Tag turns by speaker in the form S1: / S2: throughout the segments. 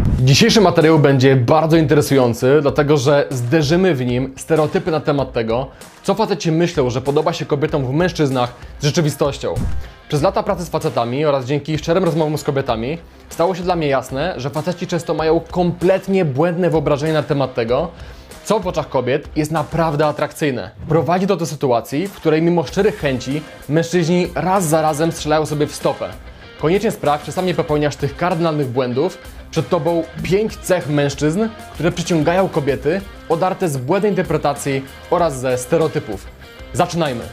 S1: Dzisiejszy materiał będzie bardzo interesujący, dlatego że zderzymy w nim stereotypy na temat tego, co faceci myślą, że podoba się kobietom w mężczyznach z rzeczywistością. Przez lata pracy z facetami oraz dzięki szczerym rozmowom z kobietami stało się dla mnie jasne, że faceci często mają kompletnie błędne wyobrażenie na temat tego, co w oczach kobiet jest naprawdę atrakcyjne. Prowadzi to do sytuacji, w której mimo szczerych chęci mężczyźni raz za razem strzelają sobie w stopę. Koniecznie sprawdź, czy sam nie popełniasz tych kardynalnych błędów. Przed tobą 5 cech mężczyzn, które przyciągają kobiety, odarte z błędnej interpretacji oraz ze stereotypów. Zaczynajmy!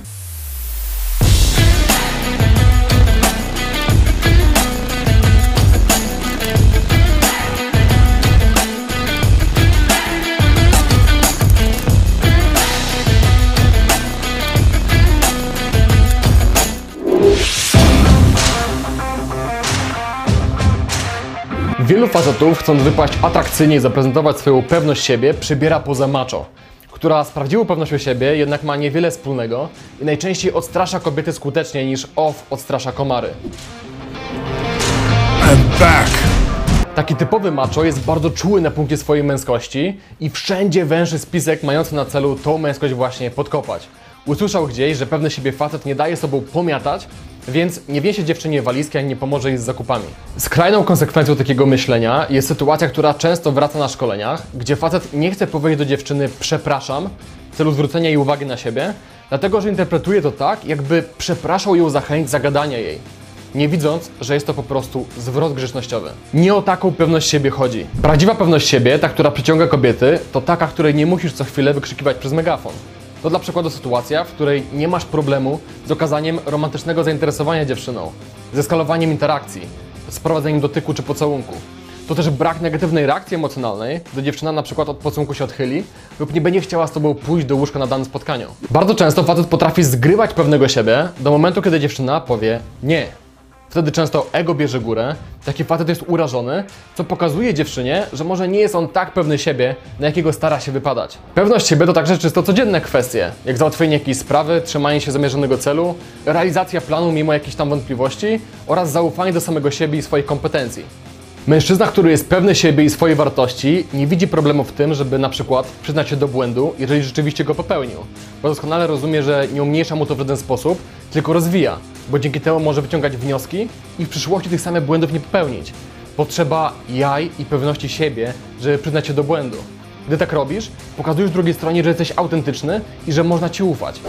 S1: Wielu facetów, chcąc wypaść atrakcyjnie i zaprezentować swoją pewność siebie, przybiera pozę macho, która z prawdziwą pewnością siebie jednak ma niewiele wspólnego i najczęściej odstrasza kobiety skuteczniej niż ow odstrasza komary. I'm back. Taki typowy macho jest bardzo czuły na punkcie swojej męskości i wszędzie węży spisek mający na celu tą męskość właśnie podkopać. Usłyszał gdzieś, że pewny siebie facet nie daje sobą pomiatać, więc nie wiesie dziewczynie walizki, ani nie pomoże jej z zakupami. Skrajną konsekwencją takiego myślenia jest sytuacja, która często wraca na szkoleniach, gdzie facet nie chce powiedzieć do dziewczyny przepraszam w celu zwrócenia jej uwagi na siebie, dlatego że interpretuje to tak, jakby przepraszał ją za chęć zagadania jej, nie widząc, że jest to po prostu zwrot grzecznościowy. Nie o taką pewność siebie chodzi. Prawdziwa pewność siebie, ta, która przyciąga kobiety, to taka, której nie musisz co chwilę wykrzykiwać przez megafon. To dla przykładu sytuacja, w której nie masz problemu z okazaniem romantycznego zainteresowania dziewczyną, ze skalowaniem interakcji, z prowadzeniem dotyku czy pocałunku. To też brak negatywnej reakcji emocjonalnej, gdy dziewczyna na przykład od pocałunku się odchyli lub nie będzie chciała z tobą pójść do łóżka na danym spotkaniu. Bardzo często facet potrafi zgrywać pewnego siebie do momentu, kiedy dziewczyna powie nie. Wtedy często ego bierze górę, taki facet jest urażony, co pokazuje dziewczynie, że może nie jest on tak pewny siebie, na jakiego stara się wypadać. Pewność siebie to także czysto codzienne kwestie, jak załatwienie jakiejś sprawy, trzymanie się zamierzonego celu, realizacja planu mimo jakichś tam wątpliwości oraz zaufanie do samego siebie i swoich kompetencji. Mężczyzna, który jest pewny siebie i swojej wartości, nie widzi problemu w tym, żeby na przykład przyznać się do błędu, jeżeli rzeczywiście go popełnił, bo doskonale rozumie, że nie umniejsza mu to w żaden sposób, tylko rozwija, bo dzięki temu może wyciągać wnioski i w przyszłości tych samych błędów nie popełnić. Potrzeba jaj i pewności siebie, żeby przyznać się do błędu. Gdy tak robisz, pokazujesz drugiej stronie, że jesteś autentyczny i że można ci ufać.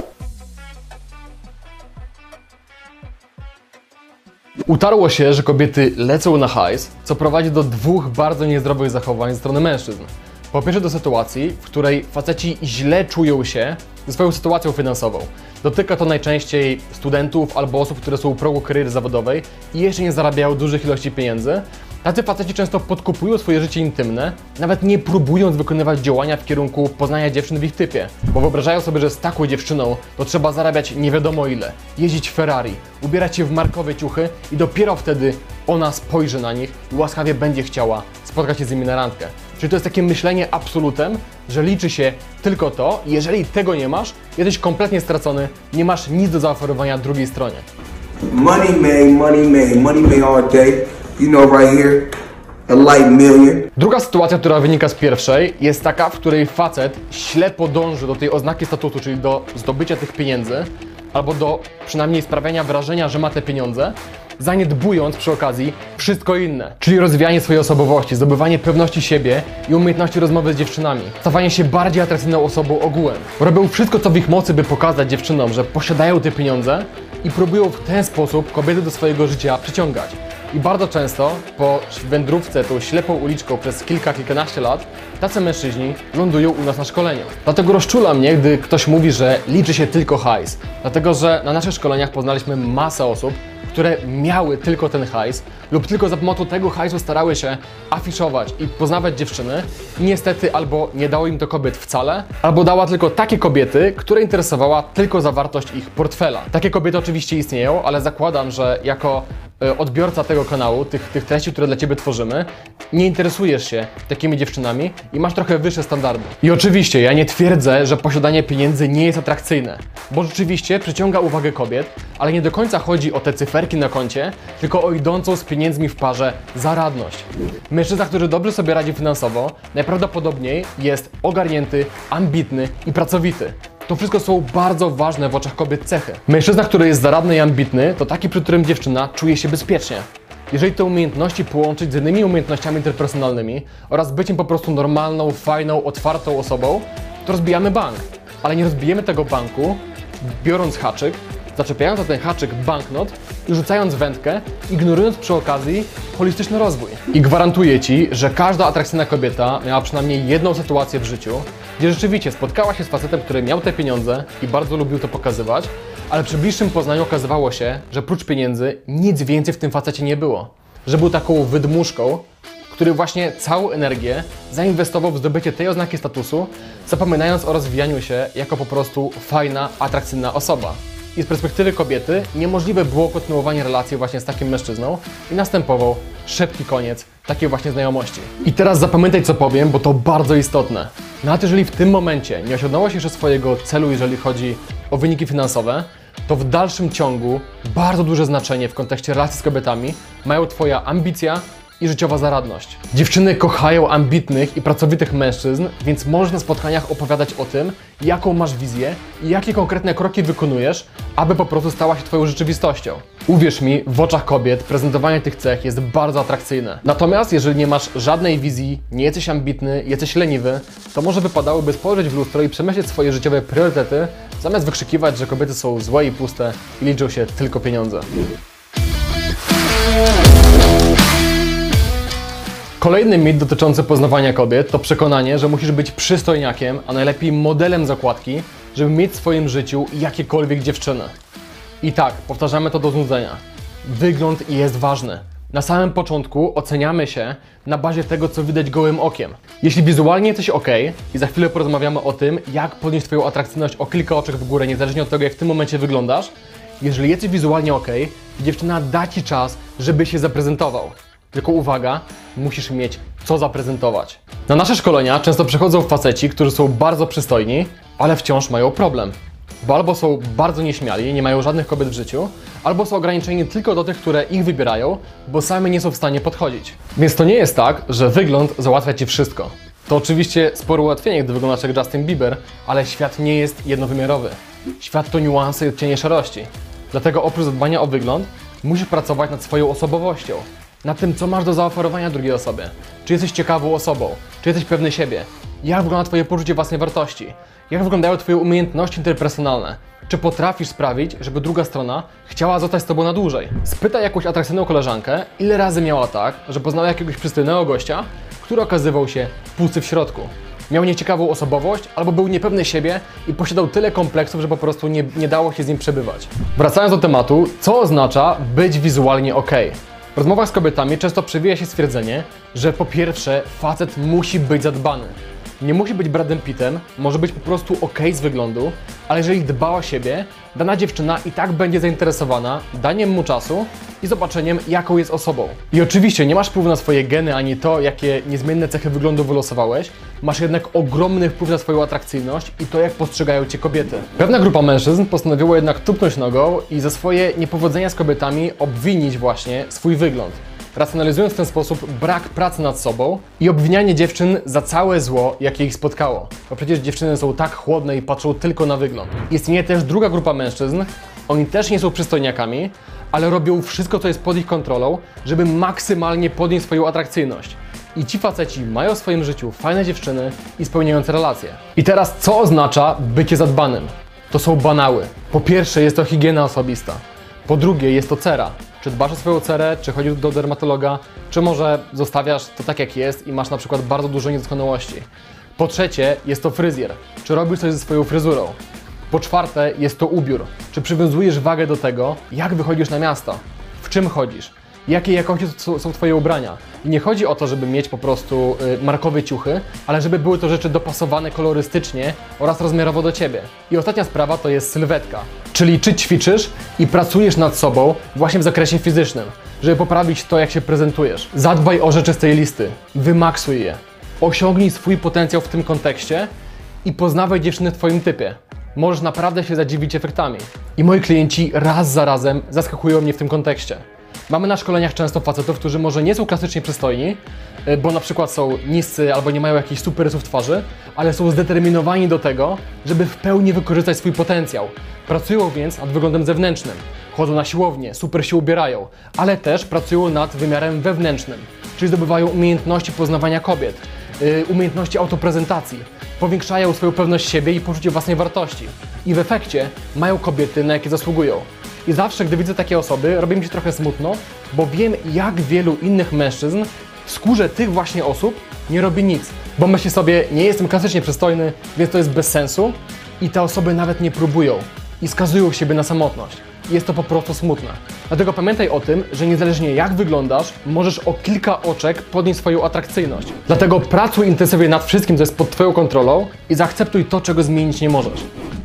S1: Utarło się, że kobiety lecą na hajs, co prowadzi do dwóch bardzo niezdrowych zachowań ze strony mężczyzn. Po pierwsze do sytuacji, w której faceci źle czują się ze swoją sytuacją finansową. Dotyka to najczęściej studentów albo osób, które są u progu kariery zawodowej i jeszcze nie zarabiają dużych ilości pieniędzy. Tacy faceci często podkupują swoje życie intymne, nawet nie próbując wykonywać działania w kierunku poznania dziewczyn w ich typie, bo wyobrażają sobie, że z taką dziewczyną to trzeba zarabiać nie wiadomo ile, jeździć Ferrari, ubierać się w markowe ciuchy i dopiero wtedy ona spojrzy na nich i łaskawie będzie chciała spotkać się z nimi na randkę. Czyli to jest takie myślenie absolutem, że liczy się tylko to i jeżeli tego nie masz, jesteś kompletnie stracony, nie masz nic do zaoferowania drugiej stronie.
S2: Money made all day. You know right here, a light million.
S1: Druga sytuacja, która wynika z pierwszej, jest taka, w której facet ślepo dąży do tej oznaki statusu, czyli do zdobycia tych pieniędzy, albo do przynajmniej sprawiania wrażenia, że ma te pieniądze, zaniedbując przy okazji wszystko inne, czyli rozwijanie swojej osobowości, zdobywanie pewności siebie i umiejętności rozmowy z dziewczynami, stawanie się bardziej atrakcyjną osobą ogółem. Robią wszystko, co w ich mocy, by pokazać dziewczynom, że posiadają te pieniądze i próbują w ten sposób kobiety do swojego życia przyciągać. I bardzo często po wędrówce tą ślepą uliczką przez kilkanaście lat tacy mężczyźni lądują u nas na szkoleniu. Dlatego rozczula mnie, gdy ktoś mówi, że liczy się tylko hajs. Dlatego, że na naszych szkoleniach poznaliśmy masę osób, które miały tylko ten hajs lub tylko za pomocą tego hajsu starały się afiszować i poznawać dziewczyny. I niestety albo nie dało im to kobiet wcale, albo dała tylko takie kobiety, które interesowała tylko zawartość ich portfela. Takie kobiety oczywiście istnieją, ale zakładam, że jako odbiorca tego kanału, tych treści, które dla Ciebie tworzymy, nie interesujesz się takimi dziewczynami i masz trochę wyższe standardy. I oczywiście ja nie twierdzę, że posiadanie pieniędzy nie jest atrakcyjne, bo rzeczywiście przyciąga uwagę kobiet, ale nie do końca chodzi o te cyferki na koncie, tylko o idącą z pieniędzmi w parze zaradność. Mężczyzna, który dobrze sobie radzi finansowo, najprawdopodobniej jest ogarnięty, ambitny i pracowity. To wszystko są bardzo ważne w oczach kobiet cechy. Mężczyzna, który jest zaradny i ambitny, to taki, przy którym dziewczyna czuje się bezpiecznie. Jeżeli te umiejętności połączyć z innymi umiejętnościami interpersonalnymi oraz byciem po prostu normalną, fajną, otwartą osobą, to rozbijamy bank. Ale nie rozbijemy tego banku, biorąc haczyk, zaczepiając na ten haczyk banknot i rzucając wędkę, ignorując przy okazji holistyczny rozwój. I gwarantuję Ci, że każda atrakcyjna kobieta miała przynajmniej jedną sytuację w życiu, gdzie rzeczywiście spotkała się z facetem, który miał te pieniądze i bardzo lubił to pokazywać, ale przy bliższym poznaniu okazywało się, że prócz pieniędzy nic więcej w tym facecie nie było. Że był taką wydmuszką, który właśnie całą energię zainwestował w zdobycie tej oznaki statusu, zapominając o rozwijaniu się jako po prostu fajna, atrakcyjna osoba. I z perspektywy kobiety niemożliwe było kontynuowanie relacji właśnie z takim mężczyzną i następował szybki koniec takiej właśnie znajomości. I teraz zapamiętaj, co powiem, bo to bardzo istotne. Nawet jeżeli w tym momencie nie osiągnąłeś jeszcze swojego celu, jeżeli chodzi o wyniki finansowe, to w dalszym ciągu bardzo duże znaczenie w kontekście relacji z kobietami mają Twoja ambicja i życiowa zaradność. Dziewczyny kochają ambitnych i pracowitych mężczyzn, więc możesz na spotkaniach opowiadać o tym, jaką masz wizję i jakie konkretne kroki wykonujesz, aby po prostu stała się Twoją rzeczywistością. Uwierz mi, w oczach kobiet prezentowanie tych cech jest bardzo atrakcyjne. Natomiast jeżeli nie masz żadnej wizji, nie jesteś ambitny, jesteś leniwy, to może wypadałoby spojrzeć w lustro i przemyśleć swoje życiowe priorytety, zamiast wykrzykiwać, że kobiety są złe i puste i liczą się tylko pieniądze. Kolejny mit dotyczący poznawania kobiet to przekonanie, że musisz być przystojniakiem, a najlepiej modelem zakładki, żeby mieć w swoim życiu jakiekolwiek dziewczyny. I tak, powtarzamy to do znudzenia. Wygląd jest ważny. Na samym początku oceniamy się na bazie tego, co widać gołym okiem. Jeśli wizualnie jesteś ok, i za chwilę porozmawiamy o tym, jak podnieść Twoją atrakcyjność o kilka oczek w górę, niezależnie od tego, jak w tym momencie wyglądasz, jeżeli jesteś wizualnie ok, dziewczyna da Ci czas, żeby się zaprezentował. Tylko uwaga, musisz mieć co zaprezentować. Na nasze szkolenia często przychodzą faceci, którzy są bardzo przystojni, ale wciąż mają problem. Bo albo są bardzo nieśmiali, nie mają żadnych kobiet w życiu, albo są ograniczeni tylko do tych, które ich wybierają, bo sami nie są w stanie podchodzić. Więc to nie jest tak, że wygląd załatwia Ci wszystko. To oczywiście spore ułatwienie, gdy wyglądasz jak Justin Bieber, ale świat nie jest jednowymiarowy. Świat to niuanse i odcienie szarości. Dlatego oprócz zadbania o wygląd, musisz pracować nad swoją osobowością. Nad tym, co masz do zaoferowania drugiej osobie. Czy jesteś ciekawą osobą? Czy jesteś pewny siebie? Jak wygląda Twoje poczucie własnej wartości? Jak wyglądają Twoje umiejętności interpersonalne? Czy potrafisz sprawić, żeby druga strona chciała zostać z Tobą na dłużej? Spytaj jakąś atrakcyjną koleżankę, ile razy miała tak, że poznała jakiegoś przystojnego gościa, który okazywał się pusty w środku. Miał nieciekawą osobowość, albo był niepewny siebie i posiadał tyle kompleksów, że po prostu nie dało się z nim przebywać. Wracając do tematu, co oznacza być wizualnie ok? W rozmowach z kobietami często przewija się stwierdzenie, że po pierwsze facet musi być zadbany. Nie musi być Bradem Pittem, może być po prostu ok z wyglądu, ale jeżeli dba o siebie, dana dziewczyna i tak będzie zainteresowana daniem mu czasu i zobaczeniem, jaką jest osobą. I oczywiście nie masz wpływu na swoje geny, ani to, jakie niezmienne cechy wyglądu wylosowałeś, masz jednak ogromny wpływ na swoją atrakcyjność i to, jak postrzegają Cię kobiety. Pewna grupa mężczyzn postanowiła jednak tupnąć nogą i za swoje niepowodzenia z kobietami obwinić właśnie swój wygląd, racjonalizując w ten sposób brak pracy nad sobą i obwinianie dziewczyn za całe zło, jakie ich spotkało. Bo przecież dziewczyny są tak chłodne i patrzą tylko na wygląd. Istnieje też druga grupa mężczyzn, oni też nie są przystojniakami, ale robią wszystko, co jest pod ich kontrolą, żeby maksymalnie podnieść swoją atrakcyjność. I ci faceci mają w swoim życiu fajne dziewczyny i spełniające relacje. I teraz co oznacza bycie zadbanym? To są banały. Po pierwsze jest to higiena osobista. Po drugie jest to cera. Czy dbasz o swoją cerę, czy chodzisz do dermatologa, czy może zostawiasz to tak jak jest i masz na przykład bardzo dużo niedoskonałości. Po trzecie jest to fryzjer. Czy robisz coś ze swoją fryzurą? Po czwarte jest to ubiór. Czy przywiązujesz wagę do tego, jak wychodzisz na miasto? W czym chodzisz? jakiej jakości są Twoje ubrania. I nie chodzi o to, żeby mieć po prostu markowe ciuchy, ale żeby były to rzeczy dopasowane kolorystycznie oraz rozmiarowo do Ciebie. I ostatnia sprawa to jest sylwetka, czyli czy ćwiczysz i pracujesz nad sobą właśnie w zakresie fizycznym, żeby poprawić to, jak się prezentujesz. Zadbaj o rzeczy z tej listy, wymaksuj je, osiągnij swój potencjał w tym kontekście i poznawaj dziewczyny w Twoim typie. Możesz naprawdę się zadziwić efektami. I moi klienci raz za razem zaskakują mnie w tym kontekście. Mamy na szkoleniach często facetów, którzy może nie są klasycznie przystojni, bo na przykład są niscy albo nie mają jakichś super rysów twarzy, ale są zdeterminowani do tego, żeby w pełni wykorzystać swój potencjał. Pracują więc nad wyglądem zewnętrznym. Chodzą na siłownię, super się ubierają, ale też pracują nad wymiarem wewnętrznym, czyli zdobywają umiejętności poznawania kobiet, umiejętności autoprezentacji, powiększają swoją pewność siebie i poczucie własnej wartości. I w efekcie mają kobiety, na jakie zasługują. I zawsze, gdy widzę takie osoby, robi mi się trochę smutno, bo wiem, jak wielu innych mężczyzn w skórze tych właśnie osób nie robi nic. Bo myśli sobie, nie jestem klasycznie przystojny, więc to jest bez sensu i te osoby nawet nie próbują i skazują siebie na samotność. Jest to po prostu smutne. Dlatego pamiętaj o tym, że niezależnie jak wyglądasz, możesz o kilka oczek podnieść swoją atrakcyjność. Dlatego pracuj intensywnie nad wszystkim, co jest pod Twoją kontrolą i zaakceptuj to, czego zmienić nie możesz.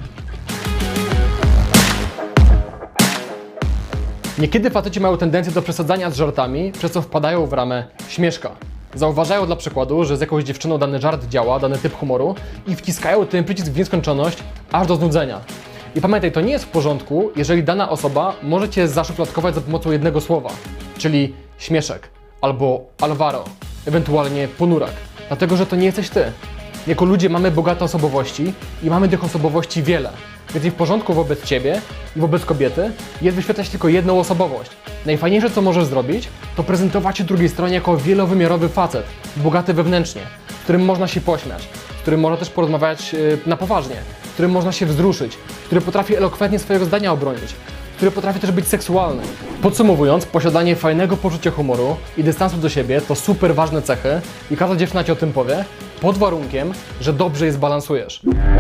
S1: Niekiedy faceci mają tendencję do przesadzania z żartami, przez co wpadają w ramę śmieszka. Zauważają dla przykładu, że z jakąś dziewczyną dany żart działa, dany typ humoru i wciskają ten przycisk w nieskończoność, aż do znudzenia. I pamiętaj, to nie jest w porządku, jeżeli dana osoba może Cię zaszufladkować za pomocą jednego słowa, czyli śmieszek, albo Alvaro, ewentualnie ponurak, dlatego że to nie jesteś Ty. Jako ludzie mamy bogate osobowości i mamy tych osobowości wiele, więc nie w porządku wobec Ciebie i wobec kobiety jest wyświetlać tylko jedną osobowość. Najfajniejsze, co możesz zrobić, to prezentować się drugiej stronie jako wielowymiarowy facet, bogaty wewnętrznie, z którym można się pośmiać, z którym można też porozmawiać na poważnie, z którym można się wzruszyć, który potrafi elokwentnie swojego zdania obronić, który potrafi też być seksualny. Podsumowując, posiadanie fajnego poczucia humoru i dystansu do siebie to super ważne cechy i każda dziewczyna Ci o tym powie, pod warunkiem, że dobrze je zbalansujesz.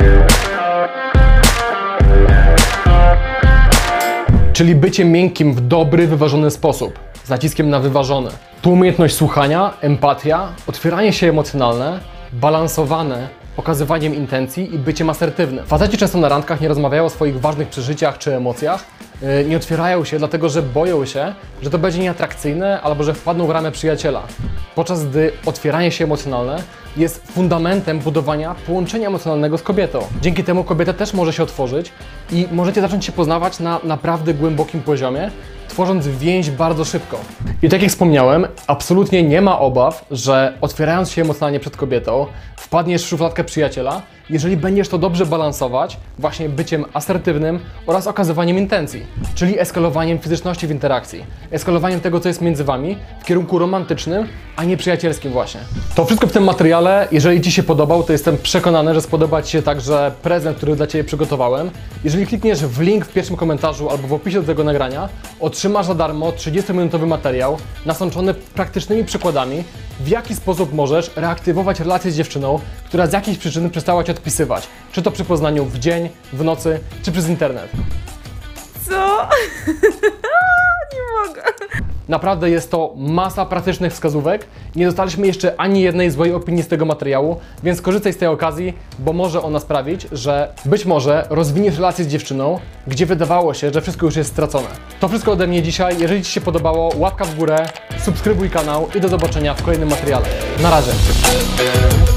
S1: Czyli bycie miękkim w dobry, wyważony sposób, z naciskiem na wyważony. Tu umiejętność słuchania, empatia, otwieranie się emocjonalne, balansowane okazywaniem intencji i byciem asertywnym. Faceci często na randkach nie rozmawiają o swoich ważnych przeżyciach czy emocjach, nie otwierają się, dlatego że boją się, że to będzie nieatrakcyjne albo że wpadną w ramę przyjaciela. Podczas gdy otwieranie się emocjonalne jest fundamentem budowania połączenia emocjonalnego z kobietą. Dzięki temu kobieta też może się otworzyć i możecie zacząć się poznawać na naprawdę głębokim poziomie, tworząc więź bardzo szybko. I tak jak wspomniałem, absolutnie nie ma obaw, że otwierając się emocjonalnie przed kobietą, wpadniesz w szufladkę przyjaciela, jeżeli będziesz to dobrze balansować właśnie byciem asertywnym oraz okazywaniem intencji, czyli eskalowaniem fizyczności w interakcji, eskalowaniem tego, co jest między Wami w kierunku romantycznym, a nie przyjacielskim właśnie. To wszystko w tym materiale. Jeżeli Ci się podobał, to jestem przekonany, że spodoba Ci się także prezent, który dla Ciebie przygotowałem. Jeżeli klikniesz w link w pierwszym komentarzu albo w opisie do tego nagrania, otrzymasz za darmo 30-minutowy materiał nasączony praktycznymi przykładami, w jaki sposób możesz reaktywować relację z dziewczyną, która z jakichś przyczyn przestała Cię odpisywać. Czy to przy poznaniu w dzień, w nocy, czy przez internet.
S3: Co? Nie mogę.
S1: Naprawdę jest to masa praktycznych wskazówek. Nie dostaliśmy jeszcze ani jednej złej opinii z tego materiału, więc korzystaj z tej okazji, bo może ona sprawić, że być może rozwiniesz relację z dziewczyną, gdzie wydawało się, że wszystko już jest stracone. To wszystko ode mnie dzisiaj. Jeżeli Ci się podobało, łapka w górę, subskrybuj kanał i do zobaczenia w kolejnym materiale. Na razie.